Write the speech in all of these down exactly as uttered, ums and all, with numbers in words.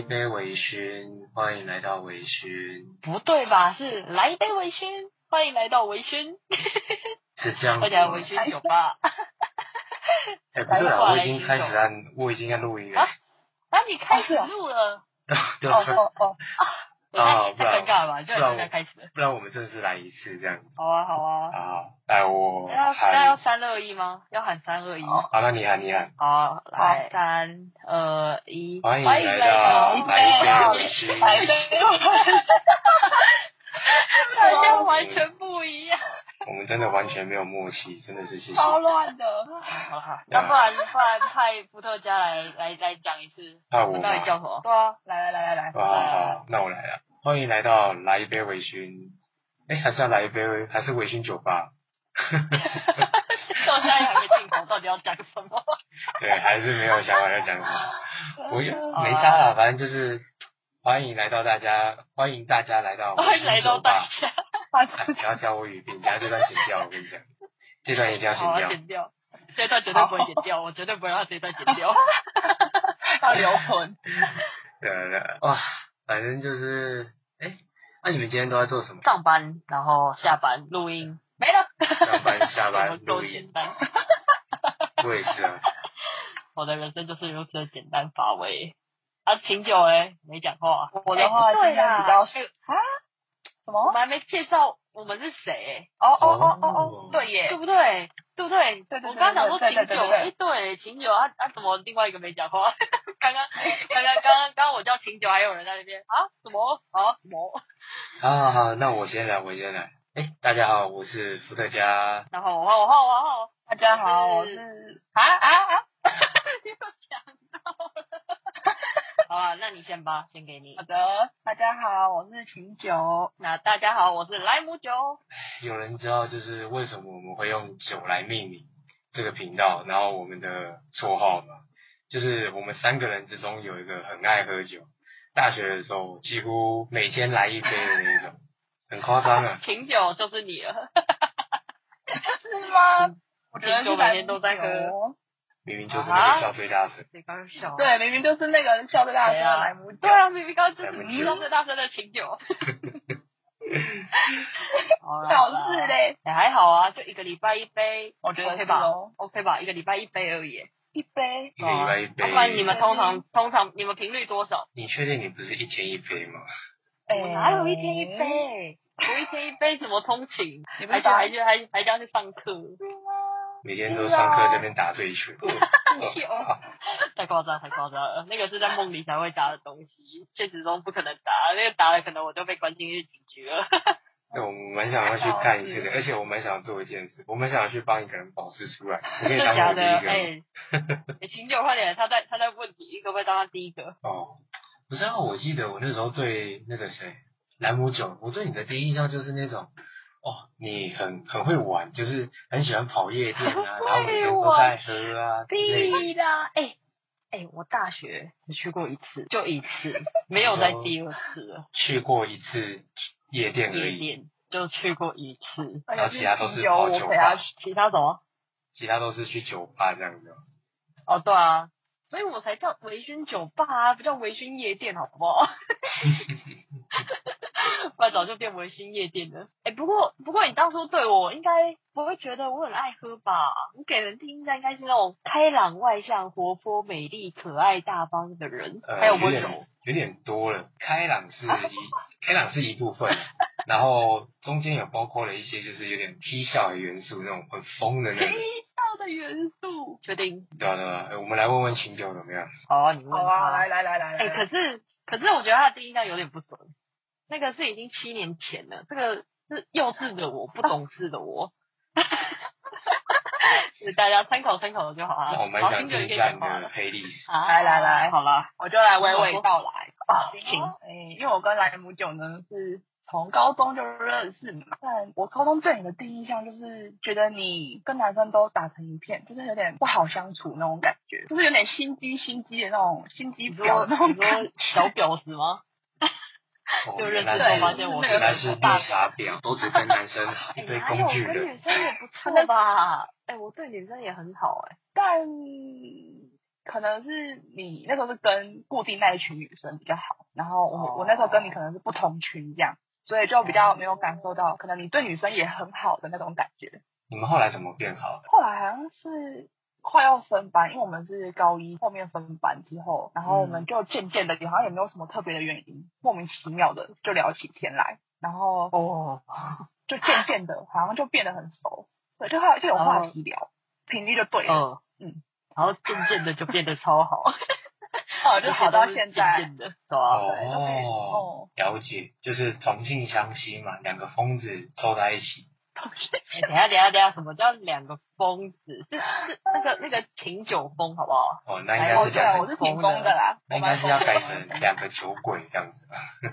一杯微醺，欢迎来到微醺。 不对吧？是来一杯微醺，欢迎来到微醺。 是这样子吗？ 而且微醺酒吧。 哎、欸，不是啦，我已经开始按，我已经在录音了。 啊？啊，你开始录了？ 对。 哦哦哦。啊， 不然太尴尬了吧？就现在开始了。 不然我们正式来一次这样子。 好啊，好啊。 好，来我要喊。 要三二一吗？要喊三二一。 好，那你喊，你喊。 好，来三二一。 欢迎来到来一杯微醺。 来一杯。大家完全不一样。 我们真的完全没有默契，真的是谢谢。 超乱的。好好，那不然不然派伏特加来来来讲一次。 派我吗？ 到底叫什么？对啊，来来来来来。 好好好，那我来了。欢迎来到来一杯微醺。哎，还是要来一杯，还是微醺酒吧？ 到现在还没进口，到底要讲什么？ 对，还是没有想法要讲什么。我也没差啦，反正就是欢迎来到大家，欢迎大家来到微醺酒吧。不要教我语病，等下这段剪掉，我跟你讲，这段一定要剪掉。 剪掉，这段绝对不会剪掉，我绝对不会让这段剪掉，要留存。 对对哇，反正就是，哎，那你们今天都在做什么？ 上班，然后下班录音，没了。 上班下班录音。我也是啊。 我的人生就是如此的简单乏味。啊，秦九哎，没讲话。 我的话今天比较是啊。什么？ 我们还没介绍我们是谁。 哦哦哦哦哦，对耶， 对不对？对不对？ 对对对， 我刚刚讲说秦九，哎，对，秦九啊啊，怎么另外一个没讲话？刚刚刚刚刚刚刚刚我叫秦九，还有人在那边啊？什么啊？什么？ 好好好，那我先来，我先来。哎，大家好，我是伏特加。 然后我好我好我好， 大家好，我是啊啊啊！ 又讲到了。好啊，那你先吧，先给你。 好的，大家好，我是秦九。 那大家好，我是莱姆酒。 有人知道就是为什么我们会用酒来命名这个频道，然后我们的绰号吗？就是我们三个人之中有一个很爱喝酒，大学的时候几乎每天来一杯的那种，很夸张啊。 秦九就是你了。 是吗？我觉得秦九每天都在喝。 明明就是那个笑最大声， 谁刚刚笑？ 对，明明就是那个笑最大声的莱姆酒。 对啊，明明刚刚就是笑最大声的秦九。 小事嘞， 也还好啊，就一个礼拜一杯， 我觉得 OK 吧 ？OK 吧，一个礼拜一杯而已。 一杯， 一个礼拜一杯。 要不然你们通常通常你们频率多少？ 你确定你不是一天一杯吗？ 我哪有一天一杯？我一天一杯怎么通勤？ 你还去还去还还要去上课？ 每天都上课这边打醉拳。 太夸张，太夸张了！那个是在梦里才会打的东西，现实中不可能打。那个打了，可能我就被关进去警局了。 对，我蛮想要去看一次的，而且我蛮想做一件事，我蛮想要去帮一个人保释出来。你可以当我第一个。哎， 哎，秦九快点，他在他在问你，可不可以当他第一个？ 哦，不是啊，我记得我那时候对那个谁兰姆酒，我对你的第一印象就是那种。哦，你很很会玩，就是很喜欢跑夜店啊，然后每天都在喝啊。 屁啦！哎哎，我大学只去过一次，就一次，没有再第二次了。 去过一次夜店而已。 夜店就去过一次， 然后其他都是跑酒吧。 其他什么？ 其他都是去酒吧这样子。 哦，对啊，所以我才叫微醺酒吧啊，不叫微醺夜店，好不好？不然早就变微醺夜店了。哎、欸，不过不过你当初对我应该不会觉得我很爱喝吧？我给人第一印象应该是那种开朗、外向、活泼、美丽、可爱、大方的人， 呃、 还有温柔。 有点多了，开朗是一开朗是一部分，然后中间有包括了一些就是有点踢笑的元素，那种很疯的那种。 踢笑的元素，确定？ 对啊对啊，我们来问问秦九怎么样？ 好啊，你问他。 好啊，来来来来来。 哎、欸，可是可是我觉得他的第一印象有点不准。那个是已经七年前了，这个是幼稚的我，不懂事的我，是大家参考参考的就好啊。 那我们想听一下你的黑历史。 啊、 来来来， 好啦， 我就来娓娓道来啊，请。 哎，因为我跟莱姆酒呢是从高中就认识嘛，但我高中对你的第一印象就是觉得你跟男生都打成一片，就是有点不好相处那种感觉，就是有点心机心机的那种心机婊那种感觉。 小婊子吗？ 哦、 就认识后发现我原来是绿茶婊，都只跟男生好，一堆工具人。 跟女生也不错吧？哎、欸，我对女生也很好哎、欸， 但可能是你那时候是跟固定那一群女生比较好，然后我、哦、我那时候跟你可能是不同群这样，所以就比较没有感受到可能你对女生也很好的那种感觉。 你们后来怎么变好的？ 后来好像是快要分班，因为我们是高一后面分班之后，然后我们就渐渐的也好像也没有什么特别的原因，莫名其妙的就聊起天来，然后哦，就渐渐的好像就变得很熟，对，就就有话题聊，频率就对了，嗯， 嗯，然后渐渐的就变得超好， 哦，就好到现在， 渐渐的，对吧？ 哦，了解，就是同性相吸嘛，两个疯子凑在一起。 欸、等一下等一下等一下，什么叫两个疯子？是是那个那个请酒疯，好不好？ 哦，那应该是两个， 我是挺疯的啦， 那应该是要改成两个酒鬼这样子。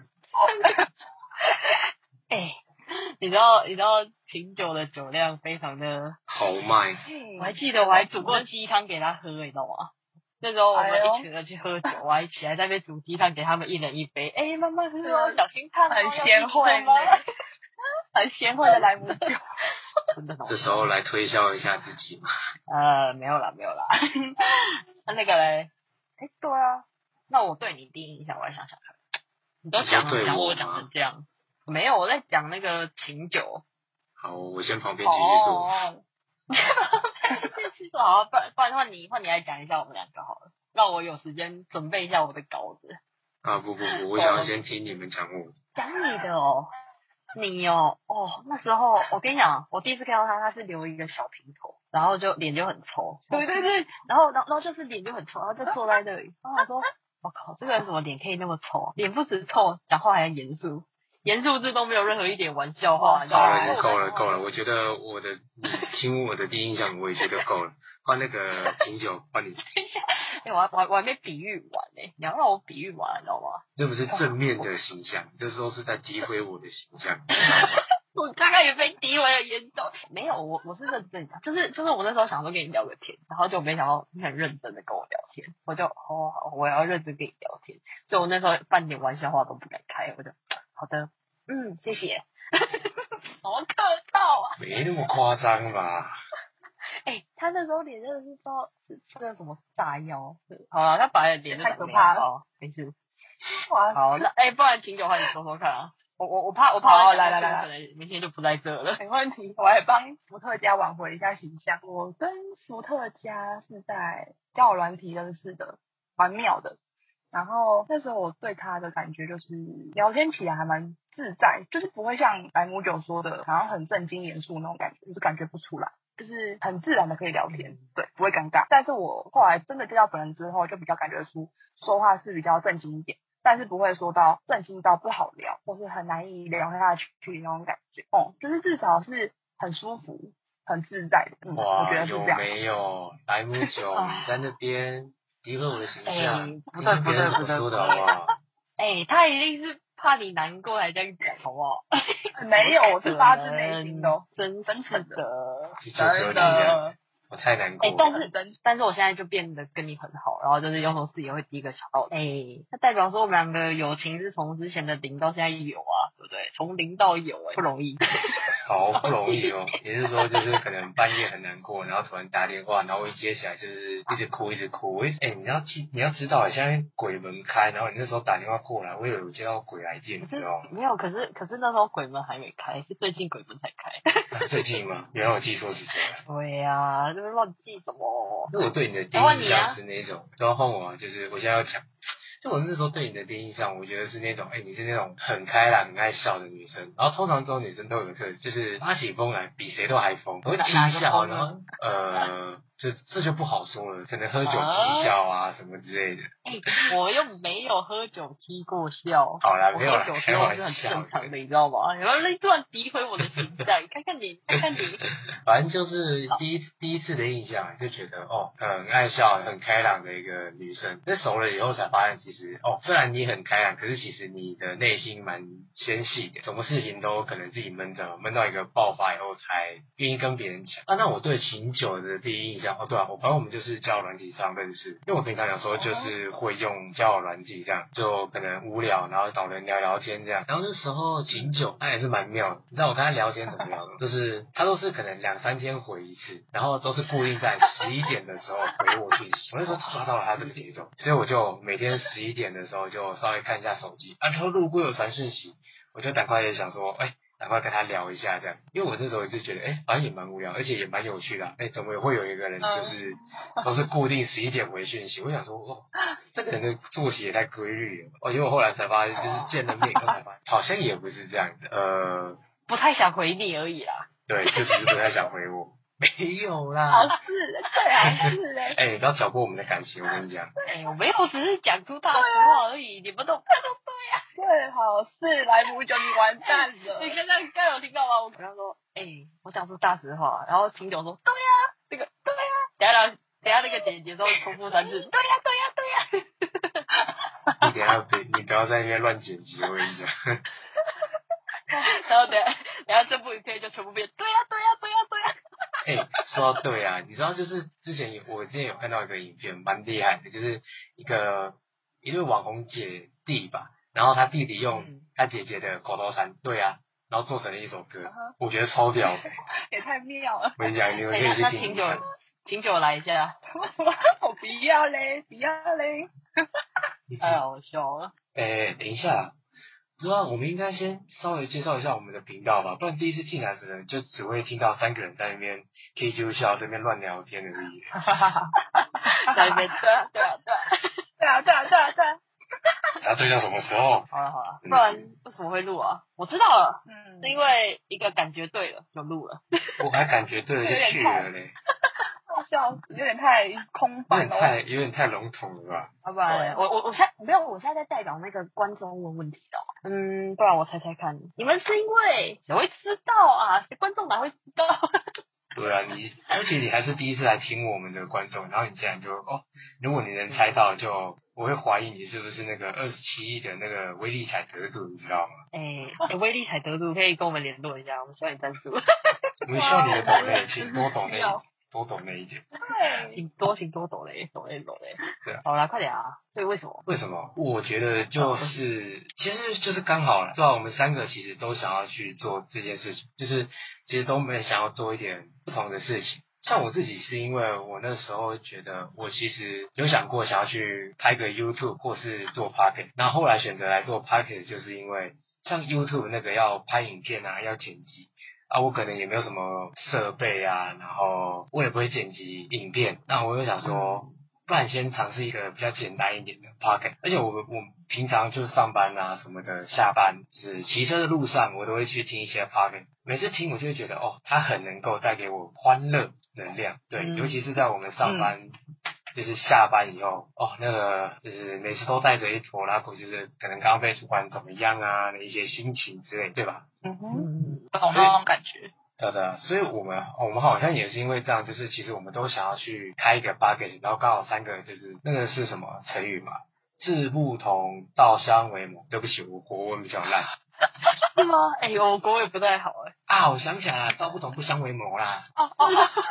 哎、欸，你知道你知道请酒的酒量非常的豪迈， 我还记得我还煮过鸡汤给他喝，你知道吗？那时候我们一群人去喝酒，我还起来在那边煮鸡汤给他们一人一杯，哎、欸，慢慢喝哦，小心烫哦， 很贤惠呢，很贤惠的莱姆酒。 这时候来推销一下自己嘛？ 呃，没有啦，没有啦。那那个嘞，哎，对啊，那我对你第一印象，我来想想看。你都讲了，讲我讲成这样，没有，我在讲那个琴酒。 好，我先旁边继续做。 哦继续做好，不然不然换你换你来讲一下我们两个好了，让我有时间准备一下我的稿子。 啊不不不，我想要先听你们讲我。 讲你的哦。你哦，哦，那时候我跟你讲，我第一次看到他，他是留一个小平头，然后就脸就很臭，对对对，然后然后然后就是脸就很臭，然后就坐在那里，然后我说，我靠，这个人怎么脸可以那么臭？脸不止臭，讲话还严肃，严肃字都没有任何一点玩笑话。 好了，就够了够了，我觉得我的你听我的第一印象，我也觉得够了。换那个清酒，换你。 哎、欸，我还我还我还没比喻完呢、欸，你要让我比喻完，你知道吗？ 这不是正面的形象，这时候是在诋毁我的形象，你知道吗？ 我大概也被诋毁的严重。没有，我我是认真讲，就是就是我那时候想说跟你聊个天，然后就没想到你很认真的跟我聊天，我就哦好，我要认真跟你聊天，所以我那时候半点玩笑话都不敢开，我就好的，嗯，谢谢，好客套啊， 没那么夸张吧？ 哎、欸，他那时候脸真的是不知道是吃了什么炸药。好了，他本来脸太可怕了， 没事。 哇， 好，那哎、欸，不然请酒话你说说看啊。我我我怕我怕好来来来， 可能明天就不在这了。 没问题，我来帮伏特加挽回一下形象。我跟伏特加是在交友软体认识的，蛮妙的。然后那时候我对他的感觉就是聊天起来还蛮自在，就是不会像莱姆酒说的，好像很正经严肃那种感觉，就是感觉不出来。就是很自然的可以聊天，对，不会尴尬。但是我后来真的见到本人之后，就比较感觉出说话是比较正经一点，但是不会说到正经到不好聊，或是很难以聊下去那种感觉。哦、嗯，就是至少是很舒服、很自在的。嗯， 哇， 我觉得是这样。 有没有莱姆酒你在那边诋毁我的形象？ 欸、不对不对不对， 说的好不好？ 哎、欸，他一定是怕你难过才这样讲，好不好？ 没有，我是发自内心的， 真真诚的， 真的。 我太难过了。 哎、欸，但是但是我现在就变得跟你很好，然后就是有什么事也会第一个想到。哎、欸，那代表说我们两个友情是从之前的零到现在有啊，对不对？从零到有、欸，哎，不容易。 好不容易哦，也就是说，就是可能半夜很难过，然后突然打电话，然后我一接起来就是一直哭一直哭。哎、欸，你要记，你要知道，现在鬼门开，然后你那时候打电话过来，我以为我接到鬼来电，你知道吗？ 没有，可是可是那时候鬼门还没开，是最近鬼门才开。 啊、最近吗？原来我记错时间了。 对呀、啊，这边乱记什么？ 那我对你的第一印象是那种，都要换我、啊，就是我现在要讲。就我那时候对你的第一印象，我觉得是那种，哎、欸，你是那种很开朗、很爱笑的女生。然后通常这种女生都有个特质，就是发起疯来比谁都还疯，会踢笑，然后呃，这这就不好说了，可能喝酒踢笑啊什么之类的。 哎、欸，我又没有喝酒踢过笑。 好啦，没有啦， 我喝酒踢笑是很正常的，你知道吗？然后那突然诋毁我的形象，看看你，看看你。 反正就是第一第一次的印象，就觉得哦，很爱笑、很开朗的一个女生。那熟了以后才发现，其实哦，虽然你很开朗，可是其实你的内心蛮纤细的，什么事情都可能自己闷着，闷到一个爆发以后才愿意跟别人讲。啊，那我对琴酒的第一印象。 讲？哦，对啊，我反正我们就是交友软体上认识，因为我平常有时候就是会用交友软体这样，就可能无聊，然后找人聊聊天这样。然后那时候秦九他也是蛮妙的，你知道我跟他聊天怎么聊的？就是他都是可能两三天回一次，然后都是固定在十一点的时候回我讯息。我那时候抓到了他这个节奏，所以我就每天十一点的时候就稍微看一下手机，啊，然后路过有传讯息，我就赶快也想说，哎。赶快跟他聊一下这样，因为我那时候一直觉得，哎，反正也蛮无聊，而且也蛮有趣的、啊，哎，怎么也会有一个人就是都是固定十一点回讯息？我想说，哦，这个人的作息也太规律了，哦，因为我后来才发现，就是见了面以后才发现，好像也不是这样子，呃， 不太想回你而已啦。 对，就只是不太想回我。没有啦， 好事，对啊，是嘞。 哎、欸，不要挑拨我们的感情，我跟你讲。 哎、欸，我没有，我只是讲出大实话而已，你们都看都对呀、啊。 对，好事来补酒，你完蛋了。 你刚刚刚有听到吗？我刚刚说，哎、欸，我讲出大实话，然后秦九说，对呀、啊，这个对呀、啊，等下等下那个姐姐说重复三次，对呀、啊、对呀、啊、对呀、 啊。你等下别，你不要在那边乱剪辑，我跟你讲。 然后等下等下这部影片就全部变，对呀、啊、对呀、啊、对呀、啊、对呀、啊。 哎、欸，说到对啊，你知道就是之前有我之前有看到一个影片，蛮厉害的，就是一个一对网红姐弟吧，然后他弟弟用他姐姐的口头禅，对啊，然后做成了一首歌，嗯、我觉得超屌的， 也太妙了。 我跟你讲，你们可以去听一下。 请酒来一下， 我不要嘞，不要嘞， 太好笑了。 哎、欸，等一下。不知道，我们应该先稍微介绍一下我们的频道吧，不然第一次进来的人就只会听到三个人在那边 K Q 笑，这边乱聊天而已。 在那边对啊对啊对啊对啊对啊对啊对啊。 答对到什么时候？ 好了好了，不然为什么会录啊？我知道了，嗯，是因为一个感觉对了就录了。 我还感觉对了就去了嘞。 笑死，有点太空泛了， 有点太有点太笼统了吧？ 要不然我我我现在没有，我现在在代表那个观众问问题哦。嗯，不然我猜猜看，你们是因为谁会知道啊？观众哪会知道？ 对啊，你而且你还是第一次来听我们的观众，然后你竟然就哦，如果你能猜到就，就我会怀疑你是不是那个二十七亿的那个威力彩得主，你知道吗？ 哎、欸欸，威力彩得主可以跟我们联络一下，我们需要你赞助。 我们需要你的抖内，请多抖内。多抖那一点， 对，请多请多抖嘞，抖嘞抖嘞。对，好啦，快点啊！所以为什么？ 为什么？我觉得就是，其实就是刚好了。对啊，我们三个其实都想要去做这件事情，就是其实都没想要做一点不同的事情。像我自己是因为我那时候觉得我其实有想过想要去拍个 YouTube 或是做 Podcast， 那后来选择来做 Podcast， 就是因为像 YouTube 那个要拍影片啊，要剪辑。啊，我可能也没有什么设备啊，然后我也不会剪辑影片，那我就想说，不然先尝试一个比较简单一点的 podcast。而且我我平常就是上班啊什么的，下班就是骑车的路上，我都会去听一些 podcast。每次听我就会觉得，哦，它很能够带给我欢乐能量，对，嗯、尤其是在我们上班。嗯就是下班以后，哦，那个就是每次都带着一坨拉苦，就是可能刚刚被主管怎么样啊的一些心情之类，对吧？ 嗯哼，我懂那种感觉。 对的，所以我们我们好像也是因为这样，就是其实我们都想要去开一个 bucket， 然后刚好三个就是那个是什么成语嘛？志不同道相为谋。对不起，我国文比较烂。 是吗？哎、欸，我国文也不太好哎、 欸。啊，我想起来了，道不同不相为谋啦。 哦哦。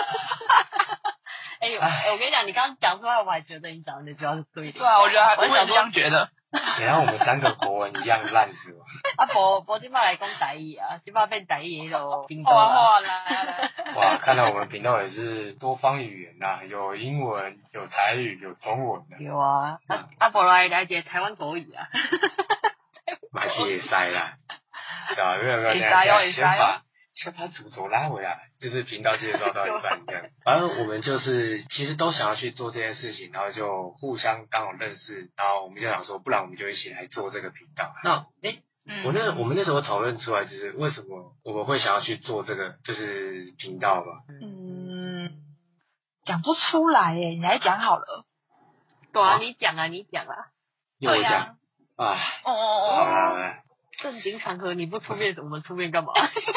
哎呦，哎，我跟你讲，你刚刚讲出来，我还觉得你讲的那句话是对的。 对啊，我觉得还我也这样觉得。 等下我们三个国文一样烂是吧？ 啊，无无今麦来讲台语啊，今麦变台语咯，频道啊。好啊，来来。 哇，看来我们频道也是多方语言呐、啊，有英文，有台语，有中文的。 有啊，啊啊，不来来解台湾国语啊。 马是也塞啦，对吧？没有没有， 也塞哦，也先把先把主轴拉回来，就是频道介绍到一半这样。反正我们就是其实都想要去做这件事情，然后就互相刚好认识，然后我们就想说，不然我们就一起来做这个频道。那诶。嗯、我那我们那时候讨论出来，就是为什么我们会想要去做这个就是频道嘛？ 嗯，讲不出来耶，你来讲好了。 对啊，你讲啊，你讲啊。 又我讲啊。 哦哦哦。 好啦好啦。 正经场合你不出面，我们出面干嘛？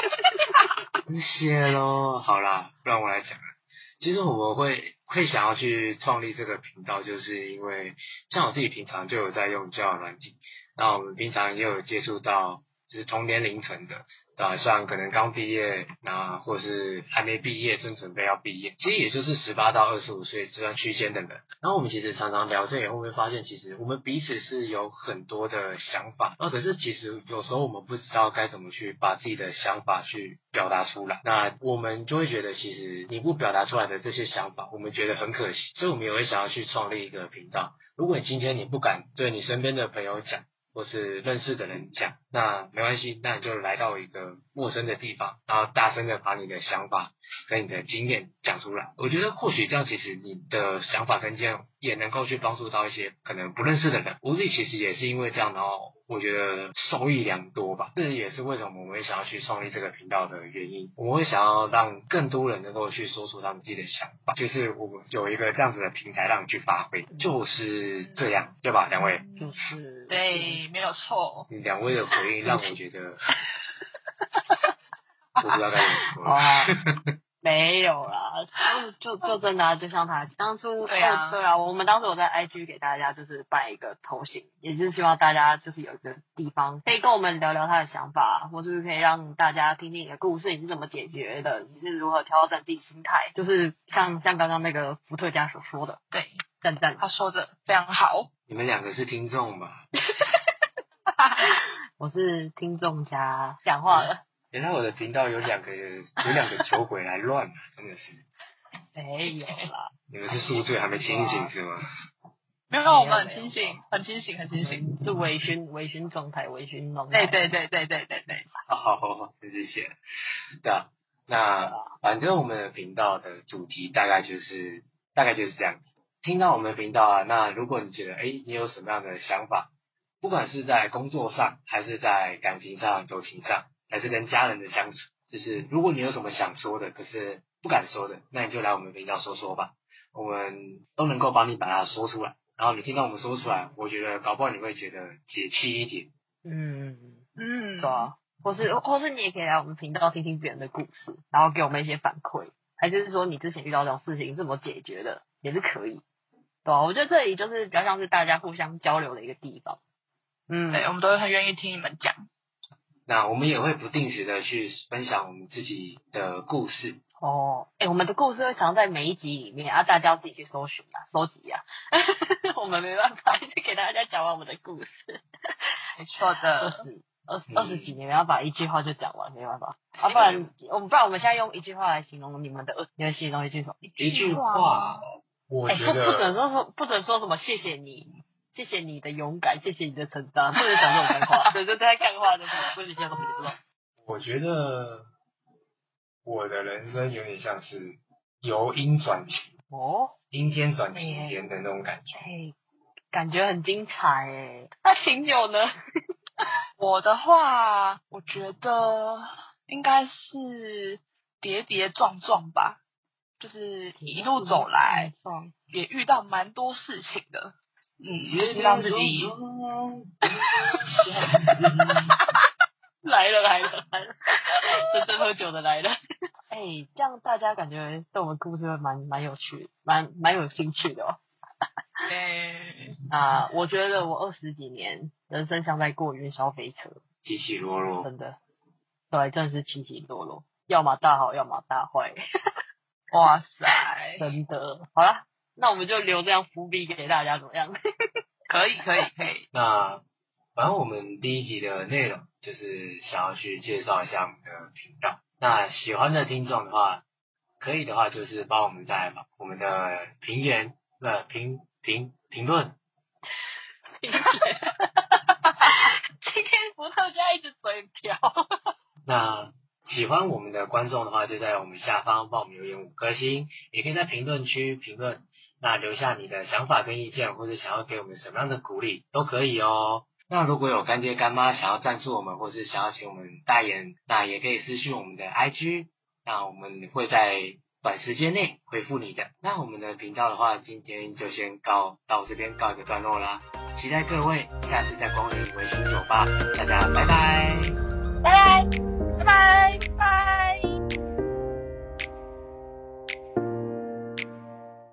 谢咯，好啦，不然我来讲了。其实我们会会想要去创立这个频道，就是因为像我自己平常就有在用交友软体，然后我们平常也有接触到就是同年龄层的， 对啊，像可能刚毕业，那或是还没毕业，正准备要毕业，其实也就是十八到二十五岁这段区间的人。然后我们其实常常聊这以后会发现，其实我们彼此是有很多的想法，哦，可是其实有时候我们不知道该怎么去把自己的想法去表达出来，那我们就会觉得其实你不表达出来的这些想法，我们觉得很可惜，所以我们也会想要去创立一个频道。如果你今天你不敢对你身边的朋友讲，或是认识的人讲，那没关系，那你就来到一个陌生的地方，然后大声的把你的想法跟你的经验讲出来。我觉得或许这样，其实你的想法跟经验也能够去帮助到一些可能不认识的人。我自己其实也是因为这样，然后我觉得受益良多吧。这也是为什么我们会想要去创立这个频道的原因。我们会想要让更多人能够去说出他们自己的想法，就是我们有一个这样子的平台让你去发挥，就是这样，对吧？两位， 就是对，没有错。 你两位的回应让我觉得，我不知道该怎么说。 啊，没有啦，就就就真的、啊，就像他当初， 对啊， 哦、对啊，我们当时我在 I G 给大家就是办一个头型，也就是希望大家就是有一个地方可以跟我们聊聊他的想法，或是可以让大家听听你的故事，你是怎么解决的，你是如何调整自己心态，就是像像刚刚那个伏特加所说的， 对， 赞赞， 他说的非常好。 你们两个是听众吧？ 我是听众加讲话了。 原来我的频道有两个有两个酒鬼来乱啊，真的是。 没有啦， 你们是宿醉还没清醒是吗？ 没有，我们很清醒，很清醒，很清醒， 是微醺微醺状态，微醺状态。 对对对对对对对。 好，真是谢。对啊，那反正我们的频道的主题大概就是大概就是这样子。听到我们的频道啊，那如果你觉得哎你有什么样的想法，不管是在工作上，还是在感情上、友情上，还是跟家人的相处，就是如果你有什么想说的，可是不敢说的，那你就来我们频道说说吧，我们都能够帮你把它说出来。然后你听到我们说出来，我觉得搞不好你会觉得解气一点。 嗯嗯， 对啊，或是或是你也可以来我们频道听听别人的故事，然后给我们一些反馈，还是说你之前遇到这种事情是怎么解决的，也是可以。对啊，我觉得这里就是比较像是大家互相交流的一个地方。嗯， 对，我们都很愿意听你们讲。 那我们也会不定时的去分享我们自己的故事。 哦，哎，我们的故事会藏在每一集里面啊，大家要自己去搜寻啊，搜集啊。我们没办法一直给大家讲完我们的故事。 没错的。 二十二十二十几年，要把一句话就讲完，没办法。啊，不然我们不然我们现在用一句话来形容你们的二，你们形容一句什么？ 一句话，我觉得、 欸、不不准说说不准说什么谢谢你，谢谢你的勇敢，谢谢你的成长，不能讲这种干话。对对对，干话就是不能讲这种东西。 我觉得我的人生有点像是由阴转晴哦， 阴天转晴天的那种感觉。 哎，感觉很精彩哎。那晴酒呢？ 我的话，我觉得应该是跌跌撞撞吧，就是一路走来，也遇到蛮多事情的。嗯，就是让自己来了来了来了，真正喝酒的来了。哎、欸，这样大家感觉对我们故事会蛮蛮有趣，蛮蛮有兴趣的哦。 对， 啊，我觉得我二十几年人生像在过云霄飞车， 起起落落， 真的，对，真的是起起落落，要么大好，要么大坏。 哇塞， 真的。好啦，那我们就留这样伏笔给大家，怎么样？ 可以，可以，可以。 那反正我们第一集的内容就是想要去介绍一下我们的频道。那喜欢的听众的话，可以的话就是帮我们在我们的评言、呃评评评论。 评言。今天伏特加一直嘴瓢。 那喜欢我们的观众的话，就在我们下方帮我们留言五颗星，也可以在评论区评论，那留下你的想法跟意见，或者想要给我们什么样的鼓励都可以哦。那如果有干爹干妈想要赞助我们，或是想要请我们代言，那也可以私讯我们的 I G， 那我们会在短时间内回复你的。那我们的频道的话，今天就先告到这边告一个段落啦，期待各位下次再光临微醺酒吧，大家拜拜， 拜拜，拜拜，拜。